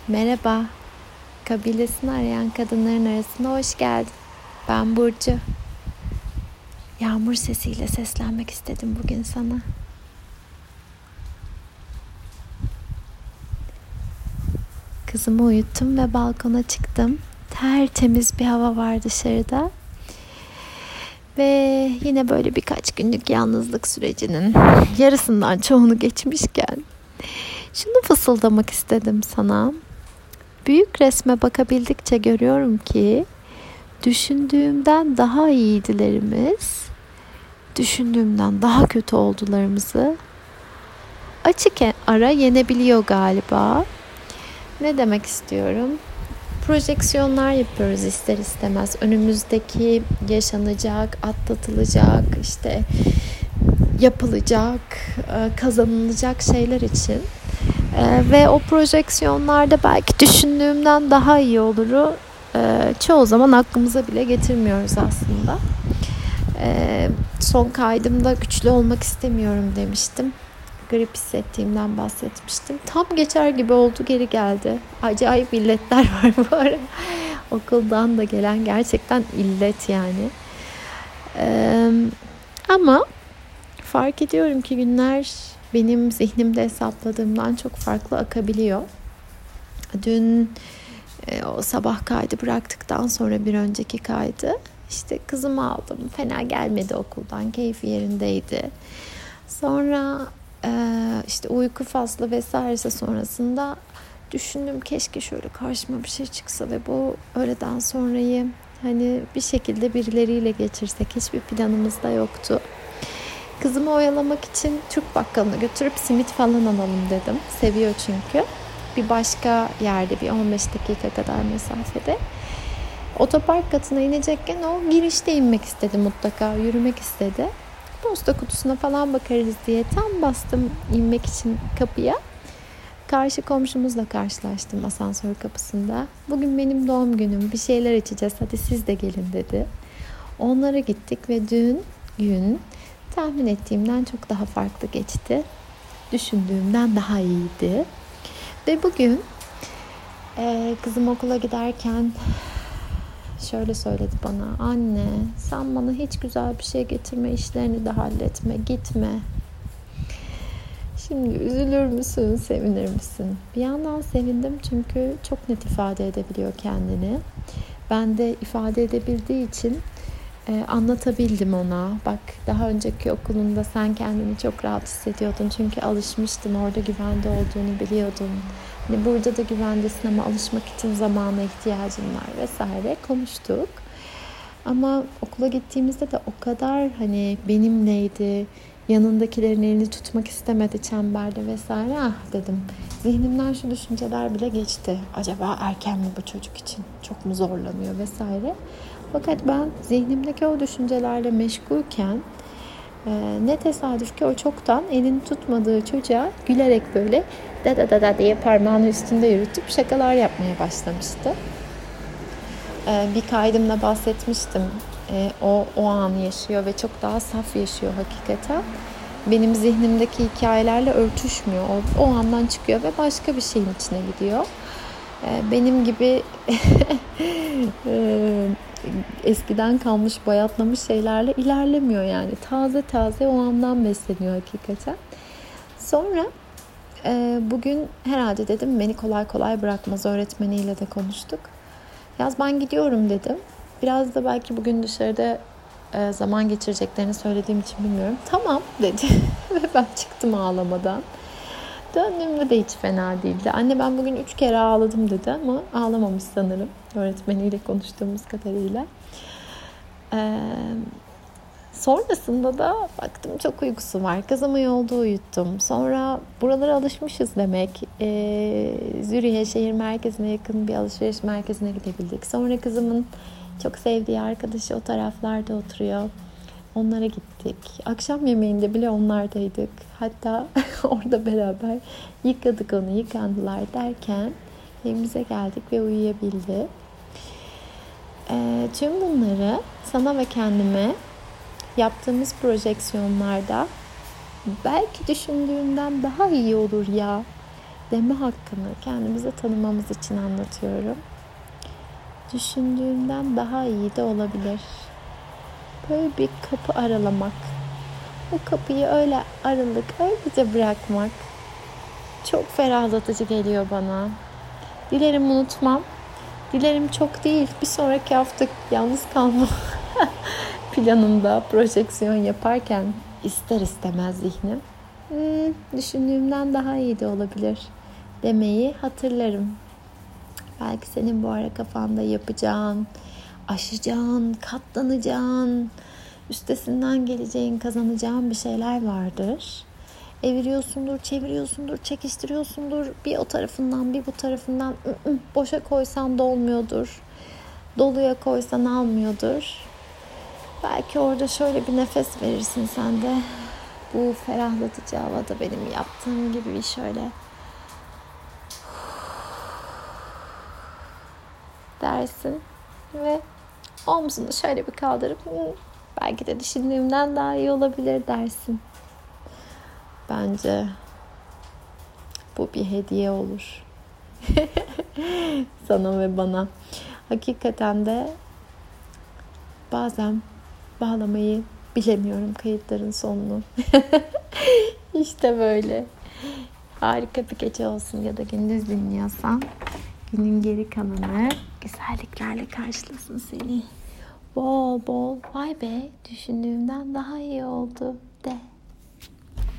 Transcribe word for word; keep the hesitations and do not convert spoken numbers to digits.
Merhaba, kabilesini arayan kadınların arasına hoş geldin. Ben Burcu. Yağmur sesiyle seslenmek istedim bugün sana. Kızımı uyuttum ve balkona çıktım. Tertemiz bir hava var dışarıda. Ve yine böyle birkaç günlük yalnızlık sürecinin yarısından çoğunu geçmişken şunu fısıldamak istedim sana. Büyük resme bakabildikçe görüyorum ki düşündüğümden daha iyiydilerimiz, düşündüğümden daha kötü oldularımızı açık ara yenebiliyor galiba. Ne demek istiyorum? Projeksiyonlar yapıyoruz ister istemez. Önümüzdeki yaşanacak, atlatılacak, işte yapılacak, kazanılacak şeyler için. Ve o projeksiyonlarda belki düşündüğümden daha iyi oluru çoğu zaman aklımıza bile getirmiyoruz aslında. Son kaydımda güçlü olmak istemiyorum demiştim. Grip hissettiğimden bahsetmiştim. Tam geçer gibi oldu, geri geldi. Acayip illetler var bu ara. Okuldan da gelen gerçekten illet yani. Ee, ama fark ediyorum ki günler benim zihnimde hesapladığımdan çok farklı akabiliyor. Dün e, o sabah kaydı bıraktıktan sonra bir önceki kaydı. İşte kızımı aldım. Fena gelmedi okuldan. Keyfi yerindeydi. Sonra işte uyku faslı vesairesi sonrasında düşündüm, keşke şöyle karşıma bir şey çıksa ve bu öğleden sonrayı hani bir şekilde birileriyle geçirsek. Hiçbir planımız da yoktu. Kızımı oyalamak için Türk bakkalına götürüp simit falan alalım dedim. Seviyor çünkü. Bir başka yerde bir on beş dakika kadar mesafede. Otopark katına inecekken o girişte inmek istedi mutlaka. Yürümek istedi. Posta kutusuna falan bakarız diye tam bastım inmek için kapıya. Karşı komşumuzla karşılaştım asansör kapısında. Bugün benim doğum günüm, bir şeyler içeceğiz, hadi siz de gelin dedi. Onlara gittik ve dün gün tahmin ettiğimden çok daha farklı geçti. Düşündüğümden daha iyiydi. Ve bugün e, kızım okula giderken şöyle söyledi bana: anne, sen bana hiç güzel bir şey getirme, işlerini de halletme, gitme. Şimdi üzülür müsün, sevinir misin? Bir yandan sevindim çünkü çok net ifade edebiliyor kendini. Ben de ifade edebildiği için e, anlatabildim ona. Bak, daha önceki okulunda sen kendini çok rahat hissediyordun çünkü alışmıştın, orada güvende olduğunu biliyordun. Hani burada da güvendesin ama alışmak için zamana ihtiyacın var vesaire konuştuk. Ama okula gittiğimizde de o kadar hani benimleydi, yanındakilerin elini tutmak istemedi çemberde vesaire. Ah dedim, zihnimden şu düşünceler bile geçti. Acaba erken mi bu çocuk için? Çok mu zorlanıyor vesaire. Fakat ben zihnimdeki o düşüncelerle meşgulken Ee, ne tesadüf ki o çoktan elini tutmadığı çocuğa gülerek böyle da da da da diye parmağını üstünde yürütüp şakalar yapmaya başlamıştı. Ee, bir kaydımda bahsetmiştim. Ee, o o anı yaşıyor ve çok daha saf yaşıyor hakikaten. Benim zihnimdeki hikayelerle örtüşmüyor. O, o andan çıkıyor ve başka bir şeyin içine gidiyor. Ee, benim gibi eskiden kalmış, bayatlamış şeylerle ilerlemiyor yani. Taze taze o andan besleniyor hakikaten. Sonra e, bugün herhalde dedim beni kolay kolay bırakmaz, öğretmeniyle de konuştuk. Yaz ben gidiyorum dedim. Biraz da belki bugün dışarıda e, zaman geçireceklerini söylediğim için bilmiyorum. Tamam dedi ve ben çıktım ağlamadan. Döndüğümde de hiç fena değildi. Anne ben bugün üç kere ağladım dedi ama ağlamamış sanırım. Öğretmeniyle konuştuğumuz kadarıyla. Ee, sonrasında da baktım çok uykusu var. Kızımı yolda uyuttum. Sonra buralara alışmışız demek. Ee, Zürih'e, şehir merkezine yakın bir alışveriş merkezine gidebildik. Sonra kızımın çok sevdiği arkadaşı o taraflarda oturuyor. Onlara gittik. Akşam yemeğinde bile onlardaydık. Hatta orada beraber yıkadık onu, yıkandılar derken evimize geldik ve uyuyabildi. E, tüm bunları sana ve kendime yaptığımız projeksiyonlarda belki düşündüğünden daha iyi olur ya deme hakkını kendimize tanımamız için anlatıyorum. Düşündüğümden daha iyi de olabilir. Böyle bir kapı aralamak. O kapıyı öyle aralık, öylece bırakmak çok ferahlatıcı geliyor bana. Dilerim unutmam. Dilerim çok değil. Bir sonraki hafta yalnız kalma planında projeksiyon yaparken ister istemez zihnim hmm, düşündüğümden daha iyi de olabilir demeyi hatırlarım. Belki senin bu ara kafanda yapacağın, aşacağın, katlanacağın, üstesinden geleceğin, kazanacağın bir şeyler vardır. Eviriyorsundur, çeviriyorsundur, çekiştiriyorsundur. Bir o tarafından, bir bu tarafından. Boşa koysan dolmuyordur. Doluya koysan almıyordur. Belki orada şöyle bir nefes verirsin sen de. Bu ferahlatıcı havada benim yaptığım gibi bir şöyle dersin ve omzunu şöyle bir kaldırıp belki de düşündüğümden daha iyi olabilir dersin. Bence bu bir hediye olur. Sana ve bana. Hakikaten de bazen bağlamayı bilemiyorum kayıtların sonunu. İşte böyle. Harika bir gece olsun ya da gündüz dinliyorsan günün geri kalanı güzelliklerle karşılasın seni. Bol bol vay be düşündüğümden daha iyi oldu de.